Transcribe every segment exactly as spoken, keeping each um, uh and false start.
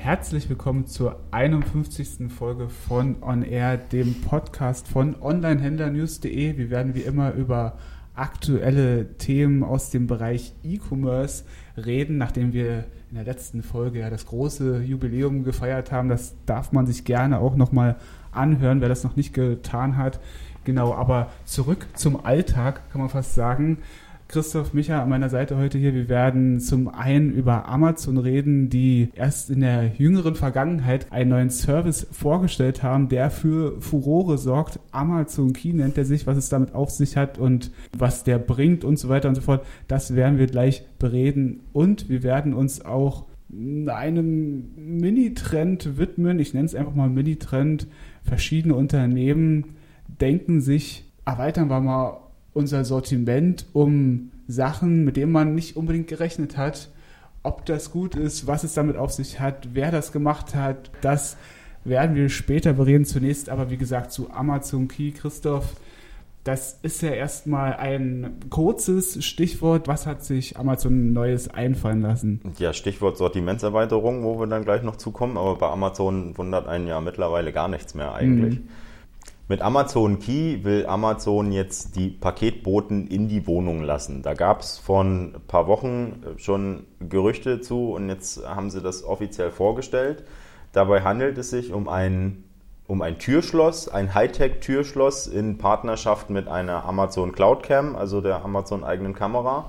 herzlich willkommen zur einundfünfzigsten Folge von On Air, dem Podcast von Onlinehändlernews punkt de. Wir werden wie immer über aktuelle Themen aus dem Bereich E-Commerce reden, nachdem wir in der letzten Folge ja das große Jubiläum gefeiert haben. Das darf man sich gerne auch nochmal anhören, wer das noch nicht getan hat. Genau, aber zurück zum Alltag, kann man fast sagen. Christoph, Micha an meiner Seite heute hier. Wir werden zum einen über Amazon reden, die erst in der jüngeren Vergangenheit einen neuen Service vorgestellt haben, der für Furore sorgt. Amazon Key nennt er sich, was es damit auf sich hat und was der bringt und so weiter und so fort. Das werden wir gleich bereden und wir werden uns auch einem Mini-Trend widmen. Ich nenne es einfach mal Mini-Trend. Verschiedene Unternehmen denken sich, erweitern wir mal unser Sortiment um Sachen, mit denen man nicht unbedingt gerechnet hat. Ob das gut ist, was es damit auf sich hat, wer das gemacht hat, das werden wir später bereden. Zunächst aber, wie gesagt, zu Amazon Key. Christoph, das ist ja erstmal ein kurzes Stichwort. Was hat sich Amazon Neues einfallen lassen? Ja, Stichwort Sortimentserweiterung, wo wir dann gleich noch zukommen. Aber bei Amazon wundert einen ja mittlerweile gar nichts mehr eigentlich. Mhm. Mit Amazon Key will Amazon jetzt die Paketboten in die Wohnung lassen. Da gab es vor ein paar Wochen schon Gerüchte zu und jetzt haben sie das offiziell vorgestellt. Dabei handelt es sich um ein, um ein Türschloss, ein Hightech-Türschloss in Partnerschaft mit einer Amazon Cloud Cam, also der Amazon eigenen Kamera.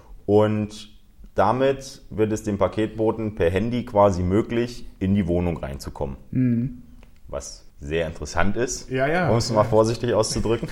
Und damit wird es dem Paketboten per Handy quasi möglich, in die Wohnung reinzukommen. Mhm. Was sehr interessant ist, ja, ja, um es mal vorsichtig auszudrücken.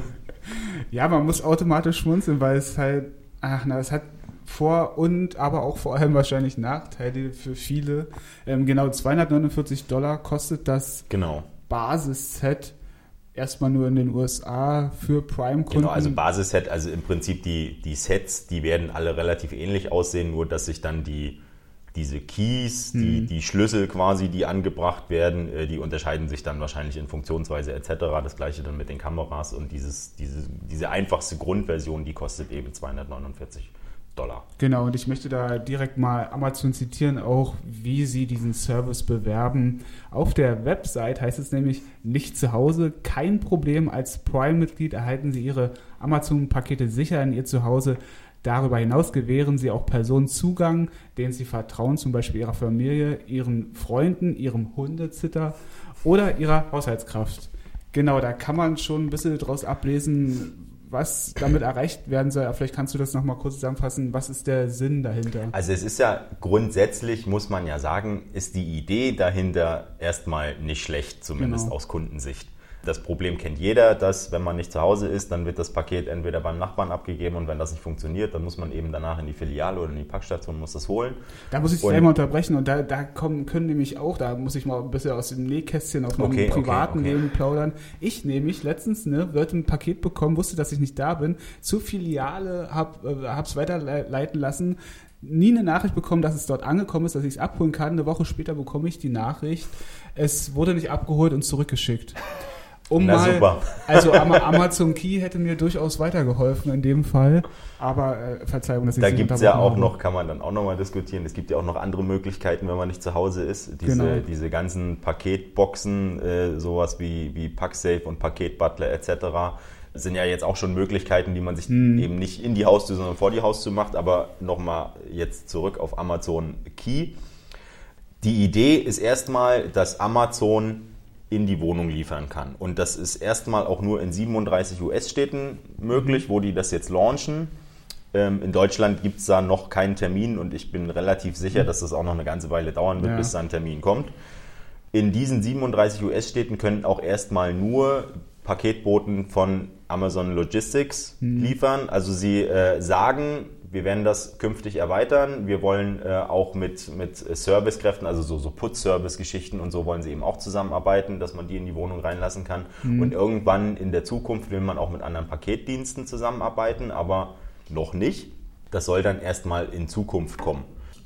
Ja, man muss automatisch schmunzeln, weil es halt, ach na, es hat Vor- und aber auch vor allem wahrscheinlich Nachteile für viele. Ähm, genau, zweihundertneunundvierzig Dollar kostet das genau. Basisset erstmal nur in den U S A für Prime-Kunden. Genau, also Basisset, also im Prinzip die, die Sets, die werden alle relativ ähnlich aussehen, nur dass sich dann die Diese Keys, die, hm. die Schlüssel quasi, die angebracht werden, die unterscheiden sich dann wahrscheinlich in Funktionsweise et cetera. Das gleiche dann mit den Kameras und dieses, diese, diese einfachste Grundversion, die kostet eben zweihundertneunundvierzig Dollar. Genau, und ich möchte da direkt mal Amazon zitieren, auch wie sie diesen Service bewerben. Auf der Website heißt es nämlich, nicht zu Hause, kein Problem. Als Prime-Mitglied erhalten Sie Ihre Amazon-Pakete sicher in Ihr Zuhause. Darüber hinaus gewähren sie auch Personen Zugang, denen sie vertrauen, zum Beispiel ihrer Familie, ihren Freunden, ihrem Hundezitter oder ihrer Haushaltskraft. Genau, da kann man schon ein bisschen draus ablesen, was damit erreicht werden soll. Aber vielleicht kannst du das nochmal kurz zusammenfassen. Was ist der Sinn dahinter? Also es ist ja grundsätzlich, muss man ja sagen, ist die Idee dahinter erstmal nicht schlecht, zumindest genau. aus Kundensicht. Das Problem kennt jeder, dass wenn man nicht zu Hause ist, dann wird das Paket entweder beim Nachbarn abgegeben und wenn das nicht funktioniert, dann muss man eben danach in die Filiale oder in die Packstation und muss das holen. Da muss ich dich einmal unterbrechen und da, da kommen, können nämlich auch, da muss ich mal ein bisschen aus dem Nähkästchen auf meinem okay, privaten okay, okay. Leben plaudern. Ich nämlich letztens, ne, wollte ein Paket bekommen, wusste, dass ich nicht da bin, zur Filiale, hab, äh, hab's weiterleiten lassen, nie eine Nachricht bekommen, dass es dort angekommen ist, dass ich es abholen kann. Eine Woche später bekomme ich die Nachricht, es wurde nicht abgeholt und zurückgeschickt. Um Na mal, super. Also Amazon Key hätte mir durchaus weitergeholfen in dem Fall, aber äh, Verzeihung, dass ich Da gibt es ja auch habe. noch, kann man dann auch nochmal diskutieren, es gibt ja auch noch andere Möglichkeiten, wenn man nicht zu Hause ist. Diese, genau. diese ganzen Paketboxen, äh, sowas wie, wie Packsafe und Paketbutler et cetera, sind ja jetzt auch schon Möglichkeiten, die man sich hm. eben nicht in die Haustür, sondern vor die Haustür macht. Aber nochmal jetzt zurück auf Amazon Key. Die Idee ist erstmal, dass Amazon in die Wohnung liefern kann. Und das ist erstmal auch nur in siebenunddreißig U S-Städten möglich, wo die das jetzt launchen. Ähm, in Deutschland gibt es da noch keinen Termin und ich bin relativ sicher, dass das auch noch eine ganze Weile dauern wird, ja. bis da ein Termin kommt. In diesen siebenunddreißig U S-Städten können auch erstmal nur Paketboten von Amazon Logistics mhm. liefern. Also sie äh, sagen, wir werden das künftig erweitern. Wir wollen äh, auch mit, mit Servicekräften, also so, so Putz-Service-Geschichten und so wollen sie eben auch zusammenarbeiten, dass man die in die Wohnung reinlassen kann. Mhm. Und irgendwann in der Zukunft will man auch mit anderen Paketdiensten zusammenarbeiten, aber noch nicht. Das soll dann erstmal in Zukunft kommen.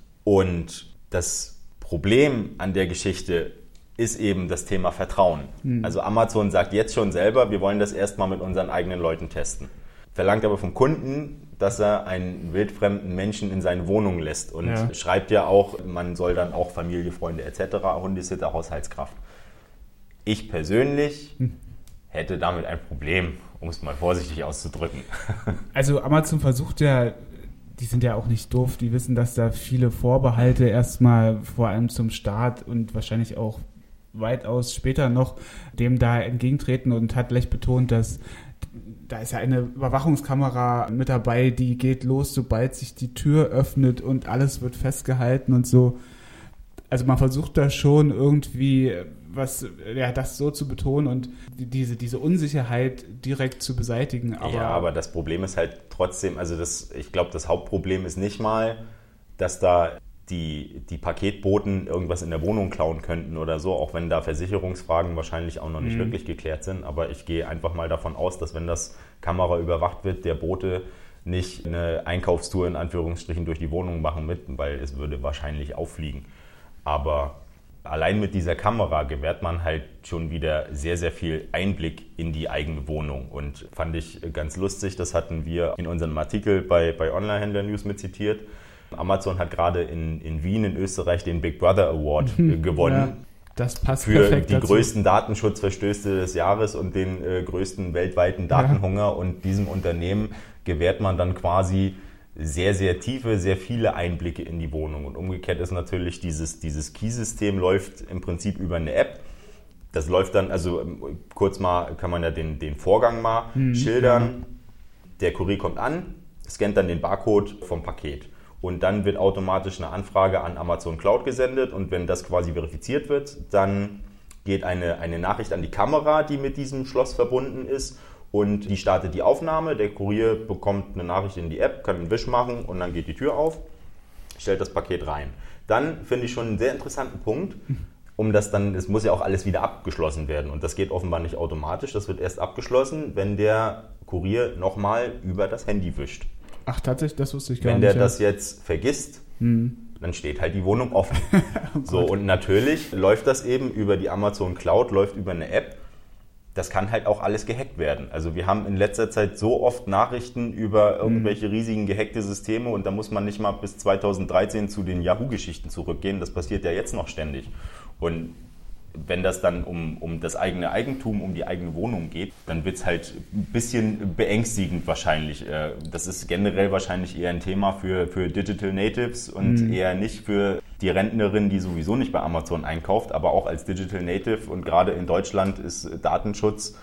Und das Problem an der Geschichte ist eben das Thema Vertrauen. Mhm. Also Amazon sagt jetzt schon selber, wir wollen das erstmal mit unseren eigenen Leuten testen. verlangt aber vom Kunden, dass er einen wildfremden Menschen in seine Wohnung lässt und ja. schreibt ja auch, man soll dann auch Familie, Freunde et cetera, Hundesitter, Haushaltskraft. Ich persönlich hm. hätte damit ein Problem, um es mal vorsichtig auszudrücken. Also Amazon versucht ja, die sind ja auch nicht doof, die wissen, dass da viele Vorbehalte erstmal vor allem zum Start und wahrscheinlich auch weitaus später noch dem da entgegentreten und hat gleich betont, dass da ist ja eine Überwachungskamera mit dabei, die geht los, sobald sich die Tür öffnet und alles wird festgehalten und so. Also man versucht da schon irgendwie was, ja, das so zu betonen und diese, diese Unsicherheit direkt zu beseitigen. Aber ja, aber das Problem ist halt trotzdem, also das, ich glaube, das Hauptproblem ist nicht mal, dass da die, die Paketboten irgendwas in der Wohnung klauen könnten oder so, auch wenn da Versicherungsfragen wahrscheinlich auch noch nicht mhm. wirklich geklärt sind. Aber ich gehe einfach mal davon aus, dass wenn das Kamera überwacht wird, der Bote nicht eine Einkaufstour in Anführungsstrichen durch die Wohnung machen mit, weil es würde wahrscheinlich auffliegen. Aber allein mit dieser Kamera gewährt man halt schon wieder sehr, sehr viel Einblick in die eigene Wohnung. Und fand ich ganz lustig, das hatten wir in unserem Artikel bei, bei Onlinehändler News mit zitiert. Amazon hat gerade in, in Wien in Österreich den Big Brother Award mhm, gewonnen. Ja, das passt für perfekt die dazu. Größten Datenschutzverstöße des Jahres und den äh, größten weltweiten Datenhunger. Ja. Und diesem Unternehmen gewährt man dann quasi sehr, sehr tiefe, sehr viele Einblicke in die Wohnung. Und umgekehrt ist natürlich dieses, dieses Key-System läuft im Prinzip über eine App. Das läuft dann, also kurz mal kann man ja den, den Vorgang mal mhm, schildern. Ja. Der Kurier kommt an, scannt dann den Barcode vom Paket. Und dann wird automatisch eine Anfrage an Amazon Cloud gesendet und wenn das quasi verifiziert wird, dann geht eine, eine Nachricht an die Kamera, die mit diesem Schloss verbunden ist und die startet die Aufnahme. Der Kurier bekommt eine Nachricht in die App, kann einen Wisch machen und dann geht die Tür auf, stellt das Paket rein. Dann finde ich schon einen sehr interessanten Punkt, um das dann, es muss ja auch alles wieder abgeschlossen werden und das geht offenbar nicht automatisch, das wird erst abgeschlossen, wenn der Kurier nochmal über das Handy wischt. Ach, tatsächlich, das wusste ich gar Wenn nicht. Wenn der ja. das jetzt vergisst, hm. dann steht halt die Wohnung offen. oh so, und natürlich läuft das eben über die Amazon Cloud, läuft über eine App. Das kann halt auch alles gehackt werden. Also wir haben in letzter Zeit so oft Nachrichten über irgendwelche hm. riesigen gehackte Systeme und da muss man nicht mal bis zweitausenddreizehn zu den Yahoo-Geschichten zurückgehen. Das passiert ja jetzt noch ständig. Und wenn das dann um, um das eigene Eigentum, um die eigene Wohnung geht, dann wird es halt ein bisschen beängstigend wahrscheinlich. Das ist generell wahrscheinlich eher ein Thema für, für Digital Natives und mhm. eher nicht für die Rentnerin, die sowieso nicht bei Amazon einkauft, aber auch als Digital Native und gerade in Deutschland ist Datenschutz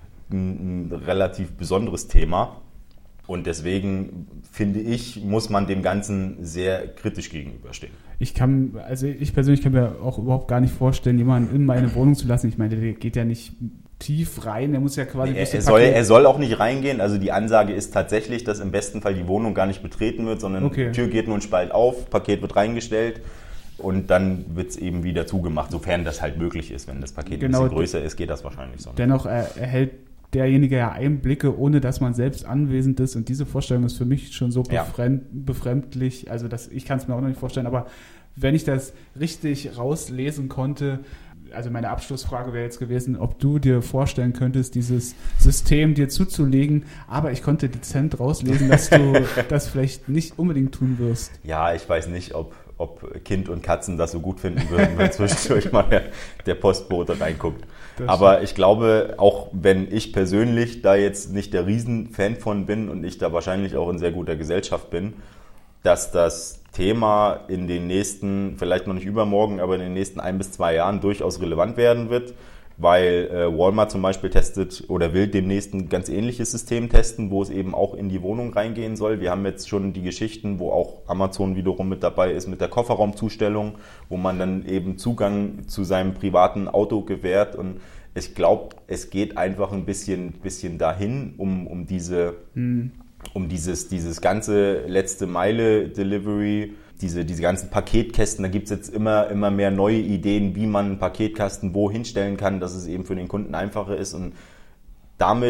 ein, ein relativ besonderes Thema. Und deswegen, finde ich, muss man dem Ganzen sehr kritisch gegenüberstehen. Ich kann, also ich persönlich kann mir auch überhaupt gar nicht vorstellen, jemanden in meine Wohnung zu lassen. Ich meine, der geht ja nicht tief rein, der muss ja quasi... Nee, er, soll, er soll auch nicht reingehen. Also die Ansage ist tatsächlich, dass im besten Fall die Wohnung gar nicht betreten wird, sondern okay. die Tür geht nur einen Spalt auf, Paket wird reingestellt und dann wird es eben wieder zugemacht, sofern das halt möglich ist. Wenn das Paket genau, ein bisschen größer ist, geht das wahrscheinlich so. Dennoch er, erhält derjenige ja Einblicke, ohne dass man selbst anwesend ist. Und diese Vorstellung ist für mich schon so befremd, ja. befremdlich. Also das, ich kann es mir auch noch nicht vorstellen. Aber wenn ich das richtig rauslesen konnte, also meine Abschlussfrage wäre jetzt gewesen, ob du dir vorstellen könntest, dieses System dir zuzulegen. Aber ich konnte dezent rauslesen, dass du das vielleicht nicht unbedingt tun wirst. Ja, ich weiß nicht, ob, ob Kind und Katzen das so gut finden würden, wenn zwischendurch mal der, der Postbote reinguckt. Das Aber ich glaube, auch wenn ich persönlich da jetzt nicht der Riesenfan von bin und ich da wahrscheinlich auch in sehr guter Gesellschaft bin, dass das Thema in den nächsten, vielleicht noch nicht übermorgen, aber in den nächsten ein bis zwei Jahren durchaus relevant werden wird, weil äh, Walmart zum Beispiel testet oder will demnächst ein ganz ähnliches System testen, wo es eben auch in die Wohnung reingehen soll. Wir haben jetzt schon die Geschichten, wo auch Amazon wiederum mit dabei ist mit der Kofferraumzustellung, wo man dann eben Zugang zu seinem privaten Auto gewährt und ich glaube, es geht einfach ein bisschen, bisschen dahin, um, um diese, hm. um dieses, dieses ganze letzte Meile Delivery, diese, diese ganzen Paketkästen, da gibt es jetzt immer, immer mehr neue Ideen, wie man einen Paketkasten wo hinstellen kann, dass es eben für den Kunden einfacher ist und damit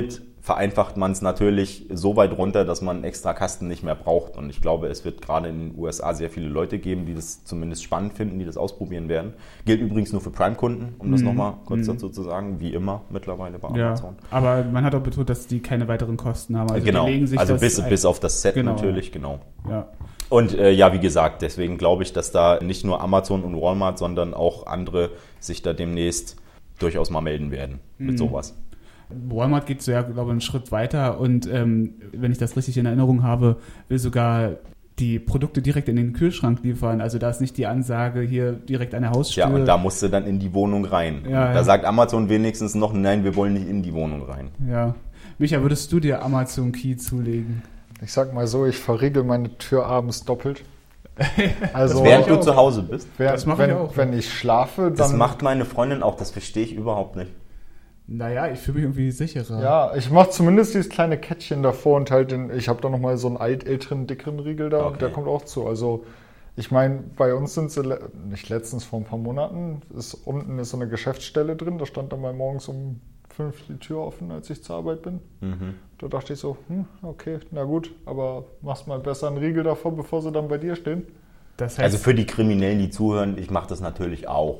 vereinfacht man es natürlich so weit runter, dass man extra Kasten nicht mehr braucht. Und ich glaube, es wird gerade in den U S A sehr viele Leute geben, die das zumindest spannend finden, die das ausprobieren werden. Gilt übrigens nur für Prime-Kunden, um das mm. nochmal kurz mm. dazu zu sagen, wie immer mittlerweile bei Amazon. Ja, aber man hat auch betont, dass die keine weiteren Kosten haben. Also genau, die legen sich also das bis, ein- bis auf das Set genau, natürlich, ja. genau. Ja. Und äh, ja, wie gesagt, deswegen glaube ich, dass da nicht nur Amazon und Walmart, sondern auch andere sich da demnächst durchaus mal melden werden mit Mm. sowas. Walmart geht so ja, glaube ich, einen Schritt weiter und ähm, wenn ich das richtig in Erinnerung habe, will sogar die Produkte direkt in den Kühlschrank liefern. Also da ist nicht die Ansage hier direkt an der Haustür. Ja, und da musst du dann in die Wohnung rein. Ja, da ja. sagt Amazon wenigstens noch, nein, wir wollen nicht in die Wohnung rein. Ja. Micha, würdest du dir Amazon Key zulegen? Ich sag mal so, ich verriegel meine Tür abends doppelt. Also, Während du auch. zu Hause bist. während, das mache wenn, ich auch. wenn ich schlafe, dann... Das macht meine Freundin auch, das verstehe ich überhaupt nicht. Naja, ich fühle mich irgendwie sicherer. Ja, ich mache zumindest dieses kleine Kettchen davor und halt den, ich habe da nochmal so einen alt, älteren, dickeren Riegel da Okay. und der kommt auch zu. Also ich meine, bei uns sind sie, le- nicht letztens, vor ein paar Monaten, ist unten ist so eine Geschäftsstelle drin, da stand dann mal morgens um fünf die Tür offen, als ich zur Arbeit bin. Mhm. Da dachte ich so, hm, okay, na gut, aber machst mal besser einen Riegel davor, bevor sie dann bei dir stehen. Das heißt, Also für die Kriminellen, die zuhören, ich mache das natürlich auch.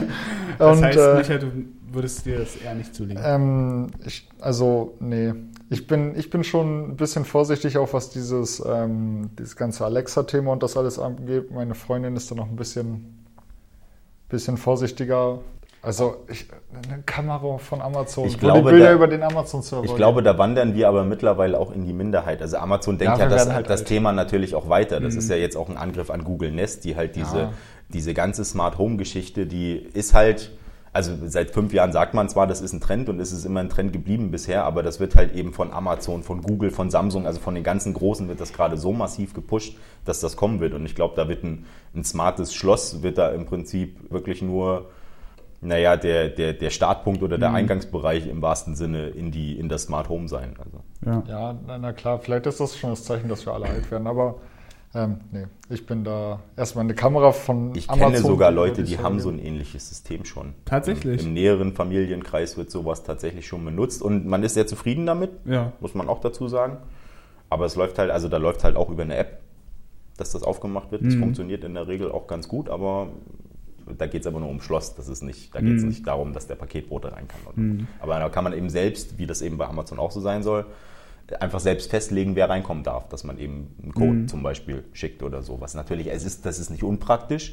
das und, heißt äh, Micha, du würdest dir das eher nicht zulegen. Ähm, ich, also, nee. Ich bin, ich bin schon ein bisschen vorsichtig, auch was dieses, ähm, dieses ganze Alexa-Thema und das alles angeht. Meine Freundin ist da noch ein bisschen, bisschen vorsichtiger. Also, ich, eine Kamera von Amazon, Ich wo glaube, die Bilder da- über den Amazon-Server Ich glaube, da wandern wir aber mittlerweile auch in die Minderheit. Also Amazon denkt Ja, ja, wir das, werden halt das alt. Thema natürlich auch weiter. Das Mhm. ist ja jetzt auch ein Angriff an Google Nest, die halt diese, Ja. diese ganze Smart Home Geschichte, die ist halt, also seit fünf Jahren sagt man zwar, das ist ein Trend und es ist immer ein Trend geblieben bisher, aber das wird halt eben von Amazon, von Google, von Samsung, also von den ganzen Großen wird das gerade so massiv gepusht, dass das kommen wird. Und ich glaube, da wird ein, ein smartes Schloss, wird da im Prinzip wirklich nur, naja, der, der, der Startpunkt oder der Mhm. Eingangsbereich im wahrsten Sinne in, die, in das Smart Home sein. Also. Ja. Ja, na, na klar, vielleicht ist das schon das Zeichen, dass wir alle alt werden, aber ähm, nee, ich bin da erstmal eine Kamera von Ich Amazon. kenne sogar Leute, würde die ich haben sagen. so ein ähnliches System schon. Tatsächlich? Im, Im näheren Familienkreis wird sowas tatsächlich schon benutzt und man ist sehr zufrieden damit, Ja. muss man auch dazu sagen. Aber es läuft halt, also da läuft halt auch über eine App, dass das aufgemacht wird. Das Mhm. funktioniert in der Regel auch ganz gut, aber da geht es aber nur um Schloss. Das ist nicht, da geht es Mhm. nicht darum, dass der Paketbote rein kann. Oder? Mhm. Aber da kann man eben selbst, wie das eben bei Amazon auch so sein soll, einfach selbst festlegen, wer reinkommen darf, dass man eben einen Code Mhm. zum Beispiel schickt oder so. Was natürlich, es ist, das ist nicht unpraktisch,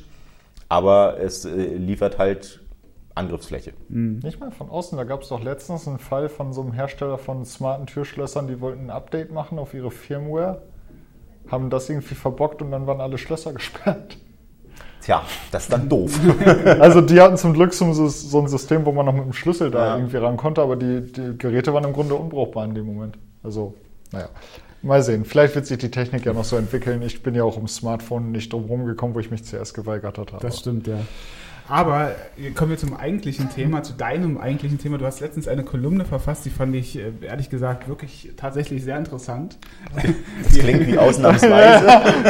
aber es äh, liefert halt Angriffsfläche. Nicht mal von außen, da gab es doch letztens einen Fall von so einem Hersteller von smarten Türschlössern, die wollten ein Update machen auf ihre Firmware, haben das irgendwie verbockt und dann waren alle Schlösser gesperrt. Tja, das ist dann doof. Also die hatten zum Glück so ein, so ein System, wo man noch mit dem Schlüssel da Ja. irgendwie ran konnte, aber die, die Geräte waren im Grunde unbrauchbar in dem Moment. Also, naja, mal sehen. Vielleicht wird sich die Technik ja noch so entwickeln. Ich bin ja auch im Smartphone nicht drum rumgekommen, wo ich mich zuerst geweigert habe. Das stimmt, ja. Aber kommen wir zum eigentlichen Thema, zu deinem eigentlichen Thema. Du hast letztens eine Kolumne verfasst, die fand ich, äh, ehrlich gesagt, wirklich tatsächlich sehr interessant. Das klingt wie ausnahmsweise.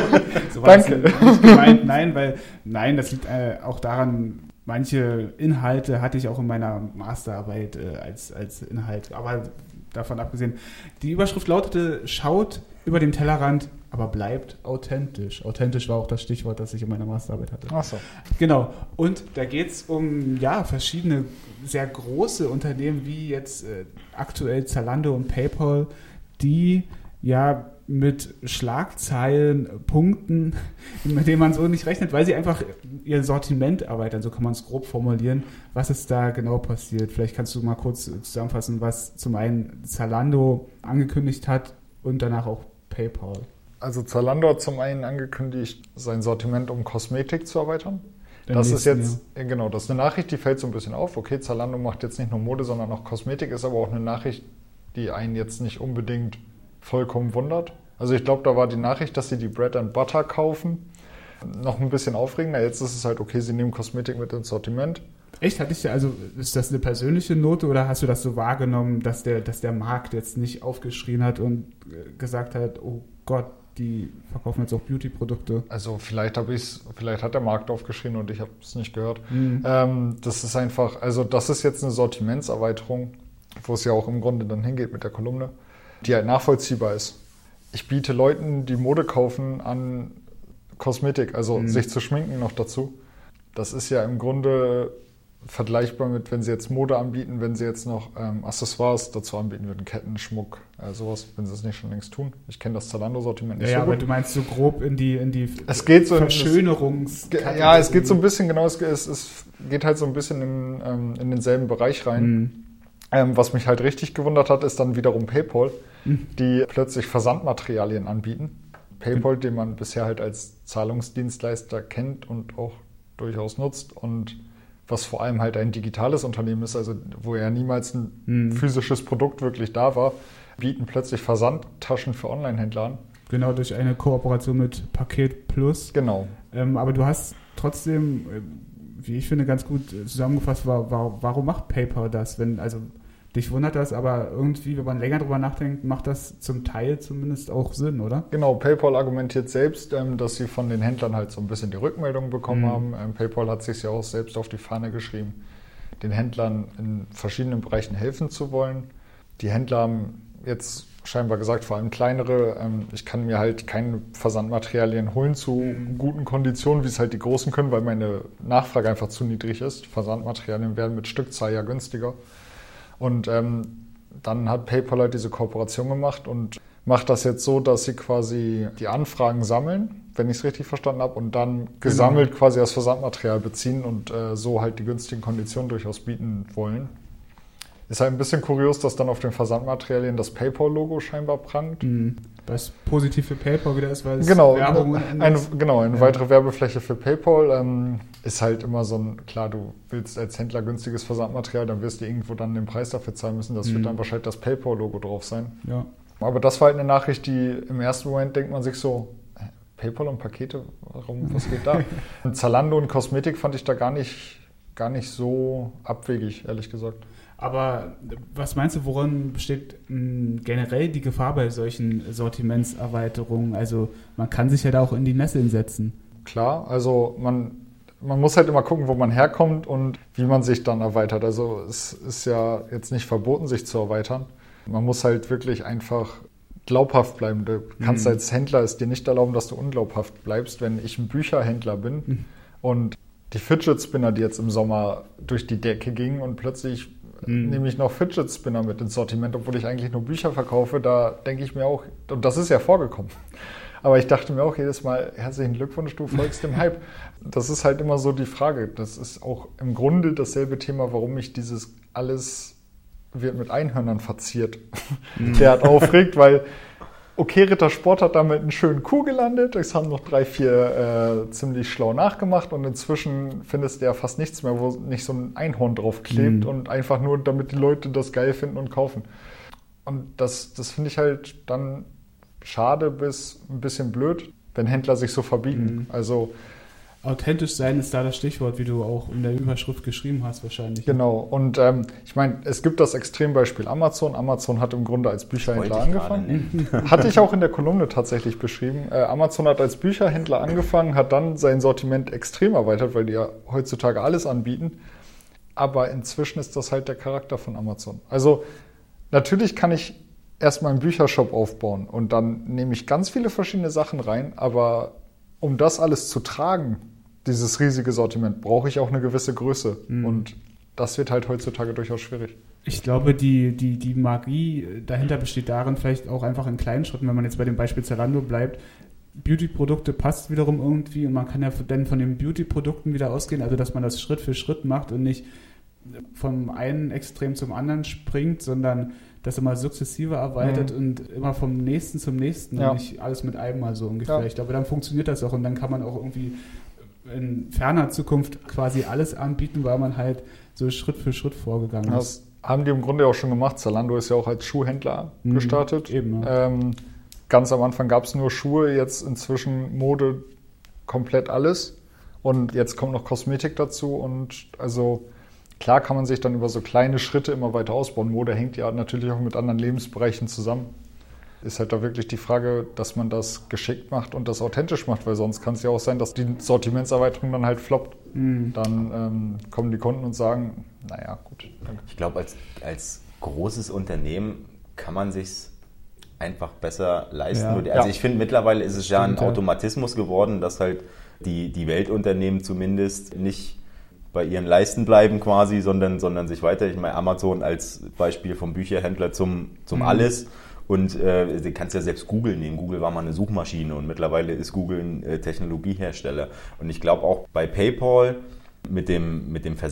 So war Danke. das nicht gemeint. Nein, weil, nein, das liegt äh, auch daran, manche Inhalte hatte ich auch in meiner Masterarbeit äh, als, als Inhalt. Aber davon abgesehen, die Überschrift lautete, schaut über den Tellerrand, aber bleibt authentisch. Authentisch war auch das Stichwort, das ich in meiner Masterarbeit hatte. Ach so. Genau. Und da geht es um ja, verschiedene sehr große Unternehmen, wie jetzt äh, aktuell Zalando und PayPal, die ja mit Schlagzeilen punkten, mit denen man so nicht rechnet, weil sie einfach ihr Sortiment erweitern, so kann man es grob formulieren. Was ist da genau passiert? Vielleicht kannst du mal kurz zusammenfassen, was zum einen Zalando angekündigt hat und danach auch PayPal. Also Zalando hat zum einen angekündigt, sein Sortiment um Kosmetik zu erweitern. Im Das ist nächsten jetzt, äh, genau, das ist eine Nachricht, die fällt so ein bisschen auf. Okay, Zalando macht jetzt nicht nur Mode, sondern auch Kosmetik, ist aber auch eine Nachricht, die einen jetzt nicht unbedingt vollkommen wundert. Also ich glaube, da war die Nachricht, dass sie die Bread and Butter kaufen, noch ein bisschen aufregender. Jetzt ist es halt, okay, sie nehmen Kosmetik mit ins Sortiment. Echt? Hatte ich, also ist das eine persönliche Note oder hast du das so wahrgenommen, dass der, dass der Markt jetzt nicht aufgeschrien hat und gesagt hat, oh Gott, die verkaufen jetzt auch Beauty-Produkte? Also vielleicht habe ich vielleicht hat der Markt aufgeschrien und ich habe es nicht gehört. Mhm. Ähm, das ist einfach, also das ist jetzt eine Sortimentserweiterung. wo es ja auch im Grunde dann hingeht mit der Kolumne, die halt nachvollziehbar ist. Ich biete Leuten, die Mode kaufen, an Kosmetik, also mhm. sich zu schminken noch dazu. Das ist ja im Grunde vergleichbar mit, wenn sie jetzt Mode anbieten, wenn sie jetzt noch ähm, Accessoires dazu anbieten würden, Ketten, Schmuck, äh, sowas, wenn sie es nicht schon längst tun. Ich kenne das Zalando-Sortiment nicht ja, so ja, gut. Aber du meinst so grob in die, in die es geht so Verschönerungs... Es, ja, es geht so ein bisschen, genau, es, es, es geht halt so ein bisschen in, ähm, in denselben Bereich rein. Mhm. Ähm, was mich halt richtig gewundert hat, ist dann wiederum PayPal, mhm. die plötzlich Versandmaterialien anbieten. PayPal, mhm. den man bisher halt als Zahlungsdienstleister kennt und auch durchaus nutzt und was vor allem halt ein digitales Unternehmen ist, also wo ja niemals ein mhm. physisches Produkt wirklich da war, bieten plötzlich Versandtaschen für Online-Händler an. Genau, durch eine Kooperation mit Paket Plus. Genau. Ähm, aber du hast trotzdem, wie ich finde, ganz gut zusammengefasst, war, war, warum macht PayPal das? Wenn, also dich wundert das, aber irgendwie, wenn man länger drüber nachdenkt, macht das zum Teil zumindest auch Sinn, oder? Genau, PayPal argumentiert selbst, dass sie von den Händlern halt so ein bisschen die Rückmeldung bekommen mhm. haben. PayPal hat sich ja auch selbst auf die Fahne geschrieben, den Händlern in verschiedenen Bereichen helfen zu wollen. Die Händler haben jetzt scheinbar gesagt, vor allem kleinere, ich kann mir halt keine Versandmaterialien holen zu mhm. guten Konditionen, wie es halt die Großen können, weil meine Nachfrage einfach zu niedrig ist. Versandmaterialien werden mit Stückzahl ja günstiger. Und ähm, dann hat PayPal halt diese Kooperation gemacht und macht das jetzt so, dass sie quasi die Anfragen sammeln, wenn ich es richtig verstanden habe, und dann gesammelt genau. quasi das Versandmaterial beziehen und äh, so halt die günstigen Konditionen durchaus bieten wollen. Ist halt ein bisschen kurios, dass dann auf den Versandmaterialien das PayPal-Logo scheinbar prangt. Mhm. Was positiv für PayPal wieder ist, weil es genau, Werbung eine, Genau, eine ja. weitere Werbefläche für PayPal ähm, ist halt immer so ein, klar, du willst als Händler günstiges Versandmaterial, dann wirst du irgendwo dann den Preis dafür zahlen müssen. Das mhm. wird dann wahrscheinlich das PayPal-Logo drauf sein. Ja. Aber das war halt eine Nachricht, die im ersten Moment denkt man sich so, PayPal und Pakete, warum, was geht da? Und Zalando und Kosmetik fand ich da gar nicht, gar nicht so abwegig, ehrlich gesagt. Aber was meinst du, worin besteht mh, generell die Gefahr bei solchen Sortimentserweiterungen? Also man kann sich ja da auch in die Nesseln setzen. Klar, also man, man muss halt immer gucken, wo man herkommt und wie man sich dann erweitert. Also es ist ja jetzt nicht verboten, sich zu erweitern. Man muss halt wirklich einfach glaubhaft bleiben. Du kannst mhm. als Händler es dir nicht erlauben, dass du unglaubhaft bleibst. Wenn ich ein Bücherhändler bin mhm. und die Fidget Spinner, die jetzt im Sommer durch die Decke gingen und plötzlich mhm. nehme ich noch Fidget Spinner mit ins Sortiment, obwohl ich eigentlich nur Bücher verkaufe, da denke ich mir auch, und das ist ja vorgekommen, aber ich dachte mir auch jedes Mal, herzlichen Glückwunsch, du folgst dem Hype. Das ist halt immer so die Frage. Das ist auch im Grunde dasselbe Thema, warum mich dieses alles wird mit Einhörnern verziert, mhm. derart aufregt, weil okay, Rittersport hat damit einen schönen Kuh gelandet, es haben noch drei, vier äh, ziemlich schlau nachgemacht und inzwischen findest du ja fast nichts mehr, wo nicht so ein Einhorn drauf klebt mhm. und einfach nur, damit die Leute das geil finden und kaufen. Und das, das finde ich halt dann schade bis ein bisschen blöd, wenn Händler sich so verbiegen. Mhm. Also authentisch sein ist da das Stichwort, wie du auch in der Überschrift geschrieben hast wahrscheinlich. Genau. Und ähm, ich meine, es gibt das Extrembeispiel Amazon. Amazon hat im Grunde als Bücherhändler angefangen. Hatte ich auch in der Kolumne tatsächlich beschrieben. Äh, Amazon hat als Bücherhändler angefangen, hat dann sein Sortiment extrem erweitert, weil die ja heutzutage alles anbieten. Aber inzwischen ist das halt der Charakter von Amazon. Also natürlich kann ich erstmal einen Büchershop aufbauen und dann nehme ich ganz viele verschiedene Sachen rein, aber um das alles zu tragen, dieses riesige Sortiment, brauche ich auch eine gewisse Größe. Mhm. Und das wird halt heutzutage durchaus schwierig. Ich glaube, die, die, die Magie dahinter besteht darin, vielleicht auch einfach in kleinen Schritten, wenn man jetzt bei dem Beispiel Zalando bleibt. Beauty-Produkte passt wiederum irgendwie und man kann ja dann von den Beauty-Produkten wieder ausgehen, also dass man das Schritt für Schritt macht und nicht vom einen Extrem zum anderen springt, sondern das immer sukzessive erweitert mhm. und immer vom nächsten zum nächsten ja. und nicht alles mit einem Mal so ungefähr. Ja. Ich glaube, dann funktioniert das auch und dann kann man auch irgendwie in ferner Zukunft quasi alles anbieten, weil man halt so Schritt für Schritt vorgegangen das ist. Haben die im Grunde auch schon gemacht. Zalando ist ja auch als Schuhhändler mhm. gestartet. Eben, ja. ähm, ganz am Anfang gab es nur Schuhe, jetzt inzwischen Mode komplett alles und jetzt kommt noch Kosmetik dazu und also klar kann man sich dann über so kleine Schritte immer weiter ausbauen. Mode hängt ja natürlich auch mit anderen Lebensbereichen zusammen. Ist halt da wirklich die Frage, dass man das geschickt macht und das authentisch macht, weil sonst kann es ja auch sein, dass die Sortimentserweiterung dann halt floppt. Mhm. Dann ähm, kommen die Kunden und sagen, naja, gut, danke. Ich glaube, als, als großes Unternehmen kann man sich's einfach besser leisten. Ja. Also Ja. ich finde, mittlerweile ist es ja ein Stimmt, ja. Automatismus geworden, dass halt die, die Weltunternehmen zumindest nicht bei ihren Leisten bleiben quasi, sondern, sondern sich weiter, ich meine Amazon als Beispiel vom Bücherhändler zum, zum Mhm. Alles. Und äh, du kannst ja selbst Google nehmen. Google war mal eine Suchmaschine und mittlerweile ist Google ein äh, Technologiehersteller. Und ich glaube auch bei PayPal mit dem, mit dem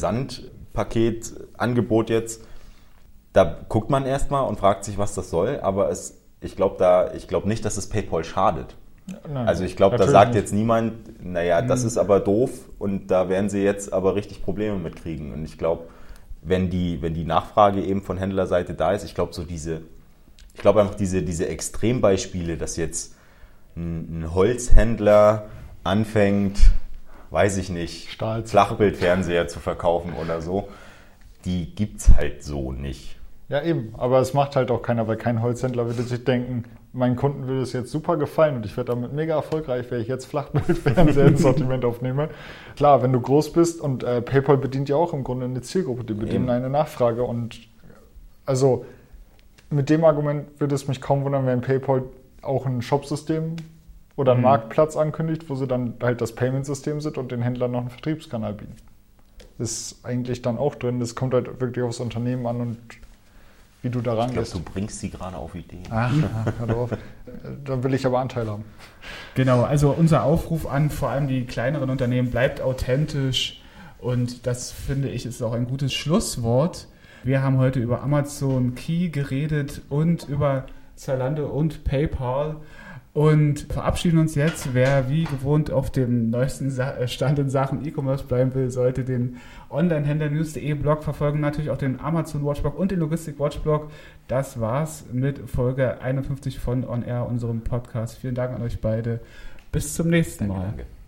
Versandpaketangebot jetzt, da guckt man erstmal und fragt sich, was das soll, aber es, ich glaube da, ich glaube nicht, dass es PayPal schadet. Nein, Also ich glaube, da natürlich sagt nicht. jetzt niemand, naja, das ist aber doof und da werden sie jetzt aber richtig Probleme mit kriegen. Und ich glaube, wenn die, wenn die Nachfrage eben von Händlerseite da ist, ich glaube so diese, ich glaube einfach diese, diese Extrembeispiele, dass jetzt ein, ein Holzhändler anfängt, weiß ich nicht, Stahl zu Flachbildfernseher zu verkaufen oder so, die gibt's halt so nicht. Ja, eben. Aber es macht halt auch keiner, weil kein Holzhändler würde sich denken, meinen Kunden würde es jetzt super gefallen und ich werde damit mega erfolgreich, wenn ich jetzt Flachbildfernseher ins Sortiment aufnehme. Klar, wenn du groß bist und äh, PayPal bedient ja auch im Grunde eine Zielgruppe, die bedienen Eben. eine Nachfrage. Und also mit dem Argument würde es mich kaum wundern, wenn PayPal auch ein Shopsystem oder einen Mhm. Marktplatz ankündigt, wo sie dann halt das Payment-System sind und den Händlern noch einen Vertriebskanal bieten. Das ist eigentlich dann auch drin. Das kommt halt wirklich aufs Unternehmen an und wie du da Ich glaube, rangehst. du bringst sie gerade auf Ideen. Ach, hör drauf. Da will ich aber Anteil haben. Genau, also unser Aufruf an vor allem die kleineren Unternehmen, bleibt authentisch und das finde ich ist auch ein gutes Schlusswort. Wir haben heute über Amazon Key geredet und über Zalando und PayPal und verabschieden uns jetzt. Wer wie gewohnt auf dem neuesten Sa- Stand in Sachen E-Commerce bleiben will, sollte den Onlinehändler-News punkt de Blog verfolgen, natürlich auch den Amazon Watchblog und den Logistik Watchblog. Das war's mit Folge einundfünfzig von On Air, unserem Podcast. Vielen Dank an euch beide. Bis zum nächsten Mal. Danke, danke.